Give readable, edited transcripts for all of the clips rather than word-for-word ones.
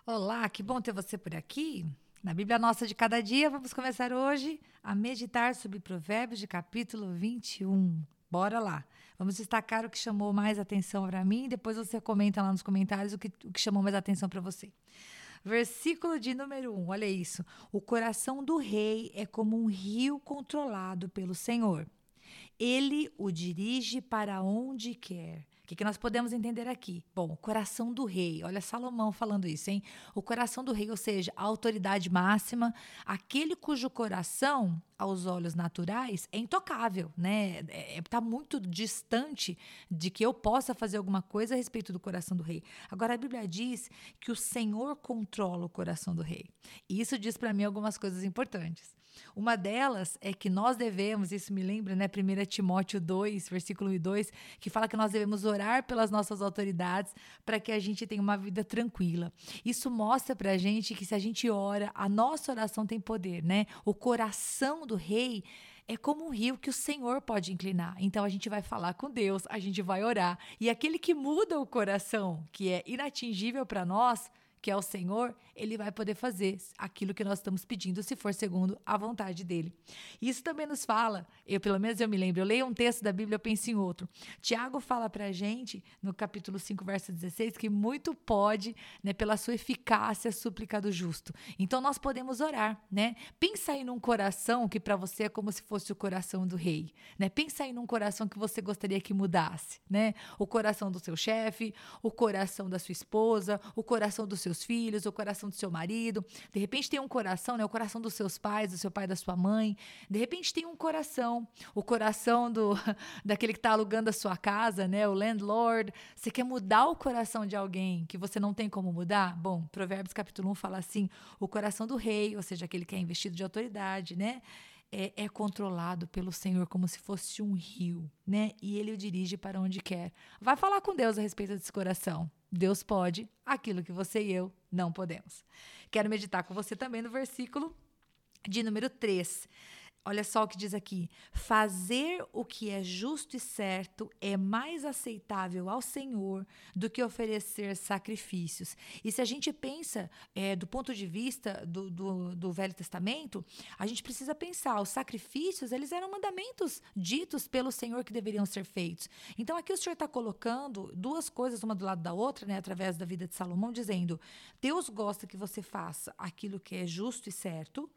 Olá, que bom ter você por aqui. Na Bíblia Nossa de Cada Dia, vamos começar hoje a meditar sobre Provérbios de capítulo 21. Bora lá. Vamos destacar o que chamou mais atenção para mim, depois você comenta lá nos comentários o que chamou mais atenção para você. Versículo de número 1, olha isso. O coração do rei é como um rio controlado pelo Senhor. Ele o dirige para onde quer. O que nós podemos entender aqui? Bom, o coração do rei, olha Salomão falando isso, hein? O coração do rei, ou seja, a autoridade máxima, aquele cujo coração, aos olhos naturais, é intocável, né? Tá muito distante de que eu possa fazer alguma coisa a respeito do coração do rei. Agora, a Bíblia diz que o Senhor controla o coração do rei. E isso diz para mim algumas coisas importantes. Uma delas é que nós devemos, isso me lembra, né, 1 Timóteo 2, versículo 1 e 2, que fala que nós devemos orar pelas nossas autoridades para que a gente tenha uma vida tranquila. Isso mostra para a gente que se a gente ora, a nossa oração tem poder, né? O coração do rei é como um rio que o Senhor pode inclinar. Então a gente vai falar com Deus, a gente vai orar. E aquele que muda o coração, que é inatingível para nós, que é o Senhor, ele vai poder fazer aquilo que nós estamos pedindo, se for segundo a vontade dele. Isso também nos fala, pelo menos eu me lembro, eu leio um texto da Bíblia, eu penso em outro. Tiago fala pra gente, no capítulo 5, verso 16, que muito pode, né, pela sua eficácia, a súplica do justo. Então nós podemos orar, né? Pensa aí num coração que para você é como se fosse o coração do rei, né? Pensa aí num coração que você gostaria que mudasse, né? O coração do seu chefe, o coração da sua esposa, o coração dos seus filhos, o coração do seu marido. De repente tem um coração, né? O coração dos seus pais, do seu pai, da sua mãe. De repente tem um coração, o coração daquele que está alugando a sua casa, né? O landlord. Você quer mudar o coração de alguém que você não tem como mudar? Bom, Provérbios capítulo 1 fala assim, o coração do rei, ou seja, aquele que é investido de autoridade, né? É controlado pelo Senhor como se fosse um rio, né? E ele o dirige para onde quer. Vai falar com Deus a respeito desse coração. Deus pode aquilo que você e eu não podemos. Quero meditar com você também no versículo de número 3. Olha só o que diz aqui. Fazer o que é justo e certo é mais aceitável ao Senhor do que oferecer sacrifícios. E se a gente pensa do ponto de vista do Velho Testamento, a gente precisa pensar, os sacrifícios, eles eram mandamentos ditos pelo Senhor que deveriam ser feitos. Então aqui o Senhor está colocando duas coisas, uma do lado da outra, né, através da vida de Salomão, dizendo, Deus gosta que você faça aquilo que é justo e certo,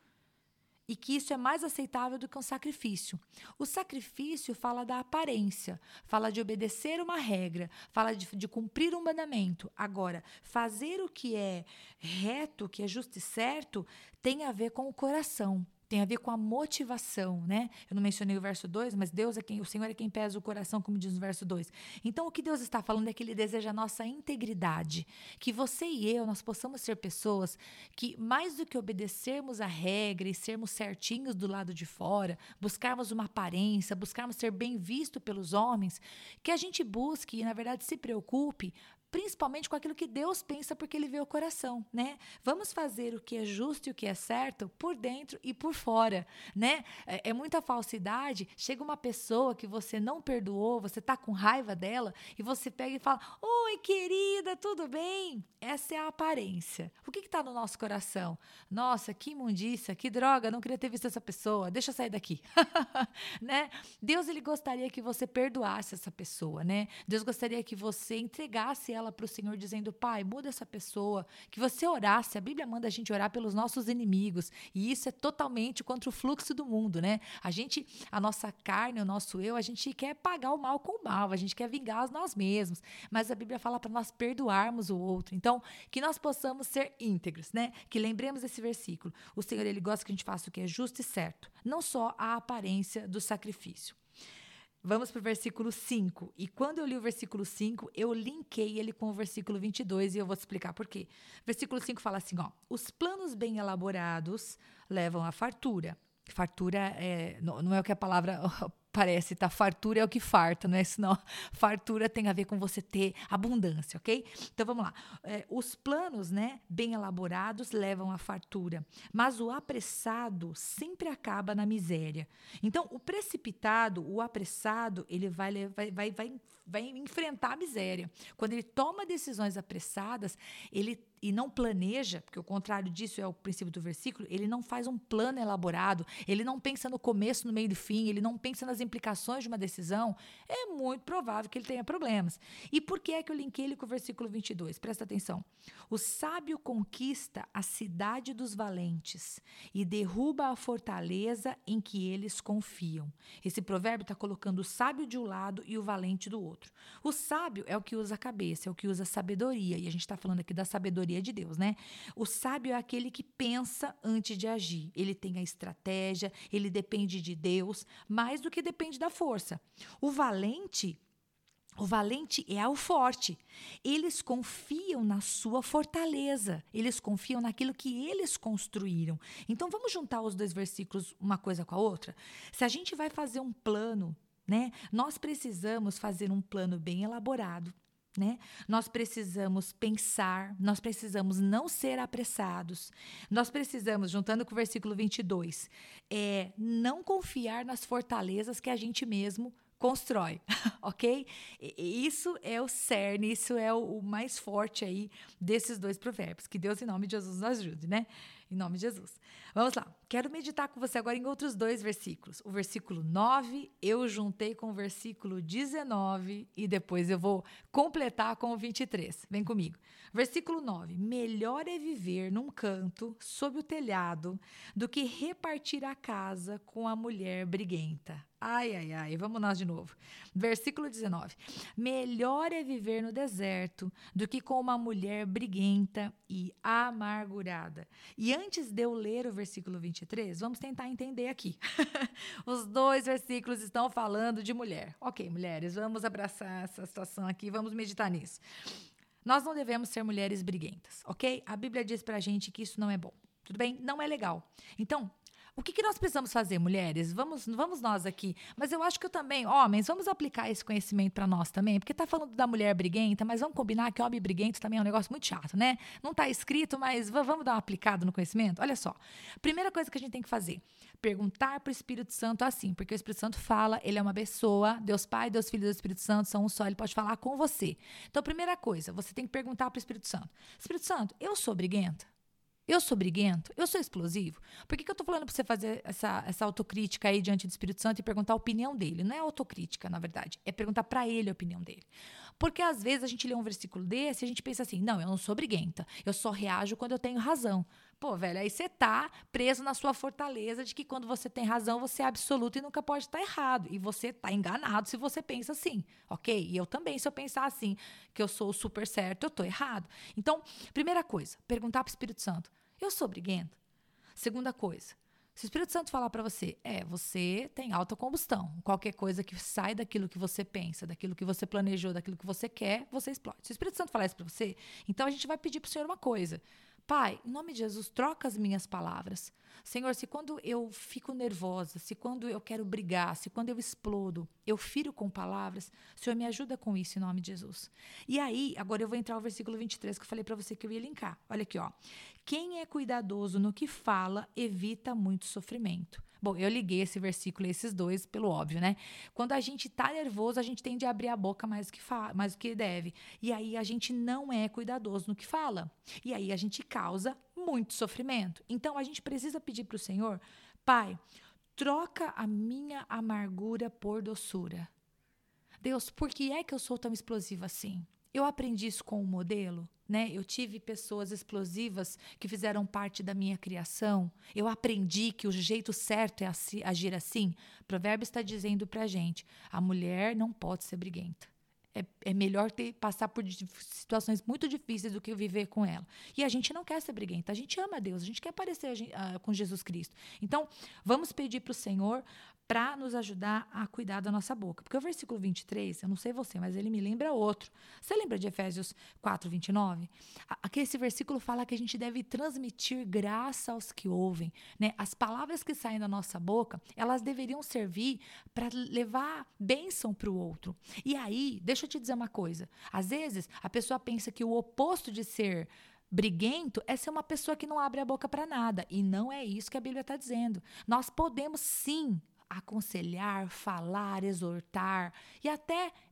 e que isso é mais aceitável do que um sacrifício. O sacrifício fala da aparência, fala de obedecer uma regra, fala de cumprir um mandamento. Agora, fazer o que é reto, o que é justo e certo, tem a ver com o coração. Tem a ver com a motivação, né? Eu não mencionei o verso 2, mas o Senhor é quem pesa o coração, como diz no verso 2. Então, o que Deus está falando é que Ele deseja a nossa integridade. Que você e eu, nós possamos ser pessoas que, mais do que obedecermos a regra e sermos certinhos do lado de fora, buscarmos uma aparência, buscarmos ser bem visto pelos homens, que a gente busque e, na verdade, se preocupe principalmente com aquilo que Deus pensa, porque Ele vê o coração, né? Vamos fazer o que é justo e o que é certo por dentro e por fora, né? É muita falsidade. Chega uma pessoa que você não perdoou, você tá com raiva dela e você pega e fala, oi, querida, tudo bem? Essa é a aparência. O que tá no nosso coração? Nossa, que imundícia, que droga, não queria ter visto essa pessoa, deixa eu sair daqui, né? Deus, Ele gostaria que você perdoasse essa pessoa, né? Deus gostaria que você entregasse ela para o Senhor dizendo, Pai, muda essa pessoa, que você orasse, a Bíblia manda a gente orar pelos nossos inimigos, e isso é totalmente contra o fluxo do mundo, né? A nossa carne, o nosso eu, a gente quer pagar o mal com o mal, a gente quer vingar nós mesmos, mas a Bíblia fala para nós perdoarmos o outro, então, que nós possamos ser íntegros, né? Que lembremos desse versículo, o Senhor, Ele gosta que a gente faça o que é justo e certo, não só a aparência do sacrifício. Vamos para o versículo 5. E quando eu li o versículo 5, eu linkei ele com o versículo 22 e eu vou te explicar por quê. Versículo 5 fala assim, ó, os planos bem elaborados levam à fartura. Fartura não é o que a palavra parece, tá? Fartura é o que farta, não é isso não. Fartura tem a ver com você ter abundância, ok? Então vamos lá. Os planos, né, bem elaborados levam à fartura, mas o apressado sempre acaba na miséria. Então o precipitado, o apressado, ele vai enfrentar a miséria. Quando ele toma decisões apressadas, e não planeja, porque o contrário disso é o princípio do versículo, ele não faz um plano elaborado, ele não pensa no começo, no meio e no fim, ele não pensa nas implicações de uma decisão, é muito provável que ele tenha problemas. E por que é que eu linkei ele com o versículo 22? Presta atenção. O sábio conquista a cidade dos valentes e derruba a fortaleza em que eles confiam. Esse provérbio está colocando o sábio de um lado e o valente do outro. O sábio é o que usa a cabeça, é o que usa a sabedoria, e a gente está falando aqui da sabedoria de Deus, né? O sábio é aquele que pensa antes de agir. Ele tem a estratégia, ele depende de Deus, mais do que depende da força. O valente é o forte. Eles confiam na sua fortaleza. Eles confiam naquilo que eles construíram. Então, vamos juntar os dois versículos, uma coisa com a outra? Se a gente vai fazer um plano, né? Nós precisamos fazer um plano bem elaborado. Né? Nós precisamos pensar, nós precisamos não ser apressados, nós precisamos, juntando com o versículo 22, não confiar nas fortalezas que a gente mesmo constrói, ok? Isso é o cerne, isso é o mais forte aí desses dois provérbios. Que Deus, em nome de Jesus, nos ajude, né? Em nome de Jesus. Vamos lá. Quero meditar com você agora em outros dois versículos. O versículo 9, eu juntei com o versículo 19 e depois eu vou completar com o 23. Vem comigo. Versículo 9. Melhor é viver num canto, sob o telhado, do que repartir a casa com a mulher briguenta. Ai, ai, ai. Vamos nós de novo. Versículo 19. Melhor é viver no deserto do que com uma mulher briguenta e amargurada. E antes de eu ler o versículo 23, vamos tentar entender aqui. Os dois versículos estão falando de mulher. Ok, mulheres, vamos abraçar essa situação aqui, vamos meditar nisso. Nós não devemos ser mulheres briguentas, ok? A Bíblia diz pra gente que isso não é bom. Tudo bem? Não é legal. Então, o que nós precisamos fazer, mulheres? Vamos nós aqui. Mas eu acho que eu também, homens, vamos aplicar esse conhecimento para nós também, porque tá falando da mulher briguenta, mas vamos combinar que homem briguento também é um negócio muito chato, né? Não tá escrito, mas vamos dar uma aplicada no conhecimento? Olha só. Primeira coisa que a gente tem que fazer, perguntar para o Espírito Santo assim, porque o Espírito Santo fala, ele é uma pessoa, Deus Pai, Deus Filho e Deus Espírito Santo são um só, ele pode falar com você. Então, primeira coisa, você tem que perguntar para o Espírito Santo. Espírito Santo, eu sou briguenta? Eu sou briguento? Eu sou explosivo? Por que eu tô falando para você fazer essa autocrítica aí diante do Espírito Santo e perguntar a opinião dele? Não é autocrítica, na verdade. É perguntar para ele a opinião dele. Porque às vezes a gente lê um versículo desse e a gente pensa assim, não, eu não sou briguenta. Eu só reajo quando eu tenho razão. Pô, velho, aí você tá preso na sua fortaleza de que quando você tem razão, você é absoluto e nunca pode estar errado. E você tá enganado se você pensa assim, ok? E eu também, se eu pensar assim, que eu sou o super certo, eu tô errado. Então, primeira coisa, perguntar pro Espírito Santo, eu sou briguenta? Segunda coisa, se o Espírito Santo falar para você, você tem alta combustão. Qualquer coisa que sai daquilo que você pensa, daquilo que você planejou, daquilo que você quer, você explode. Se o Espírito Santo falar isso para você, então a gente vai pedir para o Senhor uma coisa. Pai, em nome de Jesus, troca as minhas palavras. Senhor, se quando eu fico nervosa, se quando eu quero brigar, se quando eu explodo, eu firo com palavras, Senhor, me ajuda com isso em nome de Jesus. E aí, agora eu vou entrar no versículo 23 que eu falei para você que eu ia linkar. Olha aqui, ó. Quem é cuidadoso no que fala, evita muito sofrimento. Bom, eu liguei esse versículo e esses dois pelo óbvio, né? Quando a gente tá nervoso, a gente tende a abrir a boca mais do que deve. E aí a gente não é cuidadoso no que fala. E aí a gente causa muito sofrimento. Então a gente precisa pedir para o Senhor, Pai, troca a minha amargura por doçura. Deus, por que é que eu sou tão explosiva assim? Eu aprendi isso com um modelo, né? Eu tive pessoas explosivas que fizeram parte da minha criação. Eu aprendi que o jeito certo é agir assim. O provérbio está dizendo pra gente, a mulher não pode ser briguenta. É melhor passar por situações muito difíceis do que viver com ela. E a gente não quer ser briguenta, a gente ama a Deus, a gente quer parecer com Jesus Cristo. Então, vamos pedir para o Senhor para nos ajudar a cuidar da nossa boca. Porque o versículo 23, eu não sei você, mas ele me lembra outro. Você lembra de Efésios 4, 29? Aqui esse versículo fala que a gente deve transmitir graça aos que ouvem, né? As palavras que saem da nossa boca, elas deveriam servir para levar bênção para o outro. E aí, deixa eu te dizer uma coisa. Às vezes, a pessoa pensa que o oposto de ser briguento é ser uma pessoa que não abre a boca para nada. E não é isso que a Bíblia está dizendo. Nós podemos, sim, aconselhar, falar, exortar e até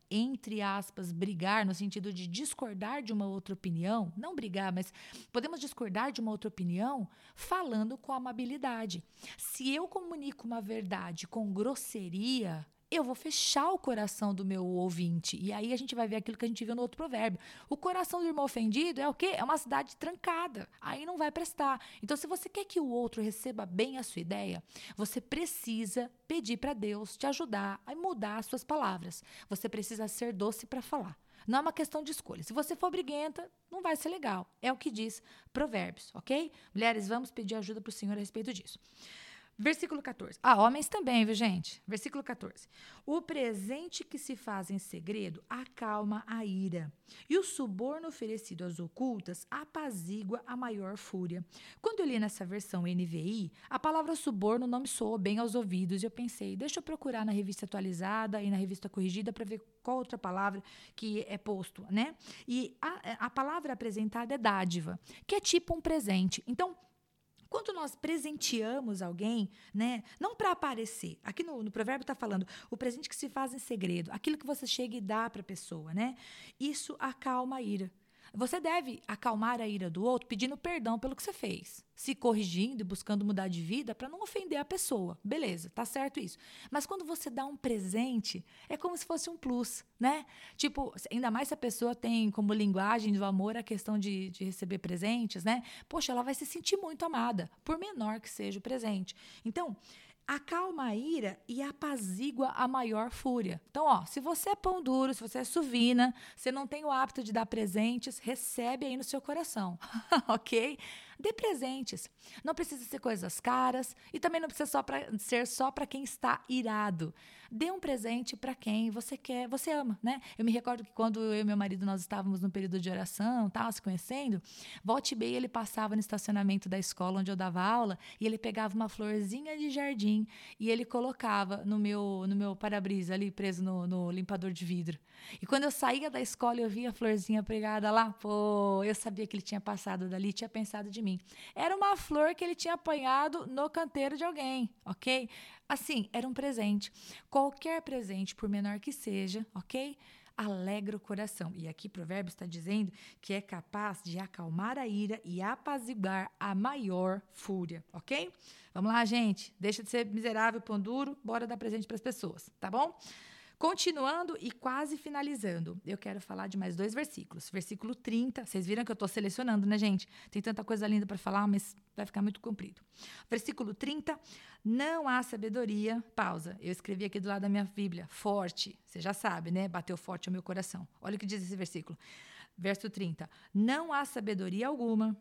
entre aspas, brigar, no sentido de discordar de uma outra opinião, não brigar, mas podemos discordar de uma outra opinião falando com amabilidade. Se eu comunico uma verdade com grosseria, eu vou fechar o coração do meu ouvinte. E aí a gente vai ver aquilo que a gente viu no outro provérbio. O coração do irmão ofendido é o quê? É uma cidade trancada. Aí não vai prestar. Então, se você quer que o outro receba bem a sua ideia, você precisa pedir para Deus te ajudar a mudar as suas palavras. Você precisa ser doce para falar. Não é uma questão de escolha. Se você for briguenta, não vai ser legal. É o que diz Provérbios, ok? Mulheres, vamos pedir ajuda para o Senhor a respeito disso. Versículo 14. Homens também, viu, gente? Versículo 14. O presente que se faz em segredo acalma a ira, e o suborno oferecido às ocultas apazigua a maior fúria. Quando eu li nessa versão NVI, a palavra suborno não me soou bem aos ouvidos, e eu pensei, deixa eu procurar na revista atualizada e na revista corrigida para ver qual outra palavra que é posto, né? E a palavra apresentada é dádiva, que é tipo um presente. Então, quando nós presenteamos alguém, né, não para aparecer, aqui no provérbio está falando, o presente que se faz em segredo, aquilo que você chega e dá para a pessoa, né, isso acalma a ira. Você deve acalmar a ira do outro pedindo perdão pelo que você fez, se corrigindo e buscando mudar de vida para não ofender a pessoa. Beleza, tá certo isso. Mas quando você dá um presente, é como se fosse um plus, né? Tipo, ainda mais se a pessoa tem como linguagem do amor a questão de receber presentes, né? Poxa, ela vai se sentir muito amada, por menor que seja o presente. Então, acalma a ira e apazigua a maior fúria. Então, se você é pão duro, se você é suvina, você não tem o hábito de dar presentes, recebe aí no seu coração, ok? Dê presentes. Não precisa ser coisas caras e também não precisa ser só para quem está irado. Dê um presente para quem você quer, você ama, né? Eu me recordo que quando eu e meu marido nós estávamos no período de oração, se conhecendo, volta e meia ele passava no estacionamento da escola onde eu dava aula e ele pegava uma florzinha de jardim e ele colocava no meu para-brisa ali preso no limpador de vidro. E quando eu saía da escola eu via a florzinha pregada lá, eu sabia que ele tinha passado dali, tinha pensado de mim. Era uma flor que ele tinha apanhado no canteiro de alguém, ok? Assim, era um presente. Qualquer presente, por menor que seja, ok? Alegra o coração. E aqui Provérbios está dizendo que é capaz de acalmar a ira e apaziguar a maior fúria, ok? Vamos lá, gente. Deixa de ser miserável, pão duro, bora dar presente para as pessoas, tá bom? Continuando e quase finalizando, eu quero falar de mais 2 versículos. Versículo 30, vocês viram que eu estou selecionando, né, gente? Tem tanta coisa linda para falar, mas vai ficar muito comprido. Versículo 30, não há sabedoria, pausa, eu escrevi aqui do lado da minha Bíblia, forte, você já sabe, né? Bateu forte ao meu coração. Olha o que diz esse versículo. Verso 30, não há sabedoria alguma,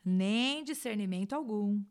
nem discernimento algum,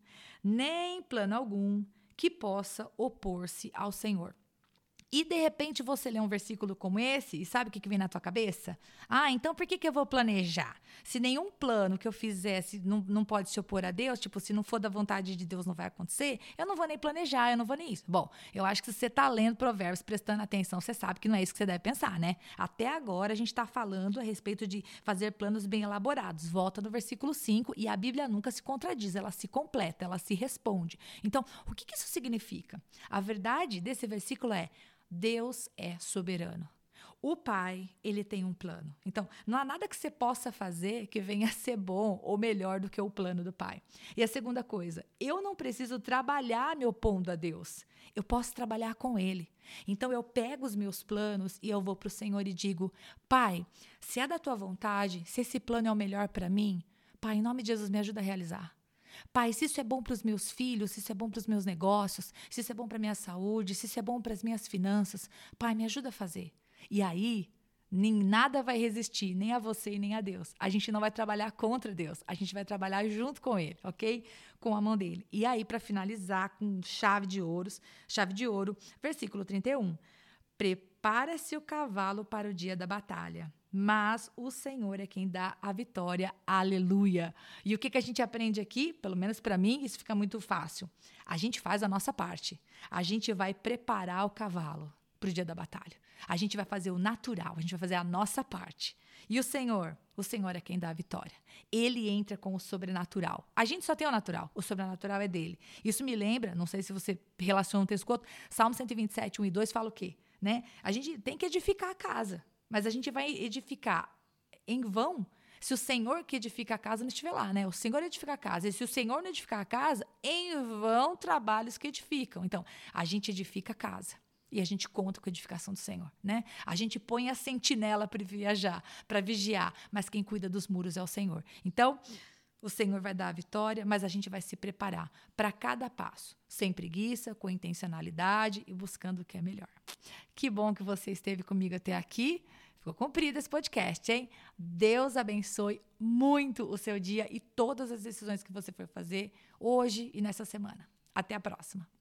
nem plano algum que possa opor-se ao Senhor. E, de repente, você lê um versículo como esse e sabe o que vem na tua cabeça? Então por que eu vou planejar? Se nenhum plano que eu fizesse não pode se opor a Deus, tipo, se não for da vontade de Deus não vai acontecer, eu não vou nem planejar, eu não vou nem isso. Bom, eu acho que se você está lendo Provérbios, prestando atenção, você sabe que não é isso que você deve pensar, né? Até agora a gente está falando a respeito de fazer planos bem elaborados. Volta no versículo 5 e a Bíblia nunca se contradiz, ela se completa, ela se responde. Então, o que isso significa? A verdade desse versículo é: Deus é soberano. O Pai, ele tem um plano. Então, não há nada que você possa fazer que venha a ser bom ou melhor do que o plano do Pai. E a segunda coisa, eu não preciso trabalhar me opondo a Deus. Eu posso trabalhar com Ele. Então, eu pego os meus planos e eu vou para o Senhor e digo: Pai, se é da Tua vontade, se esse plano é o melhor para mim, Pai, em nome de Jesus, me ajuda a realizar. Pai, se isso é bom para os meus filhos, se isso é bom para os meus negócios, se isso é bom para a minha saúde, se isso é bom para as minhas finanças, Pai, me ajuda a fazer. E aí, nada vai resistir, nem a você e nem a Deus. A gente não vai trabalhar contra Deus, a gente vai trabalhar junto com Ele, ok? Com a mão dele. E aí, para finalizar com chave de ouro, versículo 31. Prepara-se o cavalo para o dia da batalha, mas o Senhor é quem dá a vitória. Aleluia! E o que a gente aprende aqui? Pelo menos para mim, isso fica muito fácil. A gente faz a nossa parte. A gente vai preparar o cavalo para o dia da batalha. A gente vai fazer o natural, a gente vai fazer a nossa parte. E o Senhor é quem dá a vitória. Ele entra com o sobrenatural. A gente só tem o natural, o sobrenatural é dele. Isso me lembra, não sei se você relaciona um texto com outro, Salmo 127, 1 e 2 fala o quê? Né? A gente tem que edificar a casa. Mas a gente vai edificar em vão se o Senhor que edifica a casa não estiver lá, né? O Senhor edifica a casa. E se o Senhor não edificar a casa, em vão trabalhos que edificam. Então, a gente edifica a casa. E a gente conta com a edificação do Senhor, né? A gente põe a sentinela para viajar, para vigiar. Mas quem cuida dos muros é o Senhor. Então, o Senhor vai dar a vitória, mas a gente vai se preparar para cada passo. Sem preguiça, com intencionalidade e buscando o que é melhor. Que bom que você esteve comigo até aqui. Ficou comprido esse podcast, hein? Deus abençoe muito o seu dia e todas as decisões que você for fazer hoje e nessa semana. Até a próxima.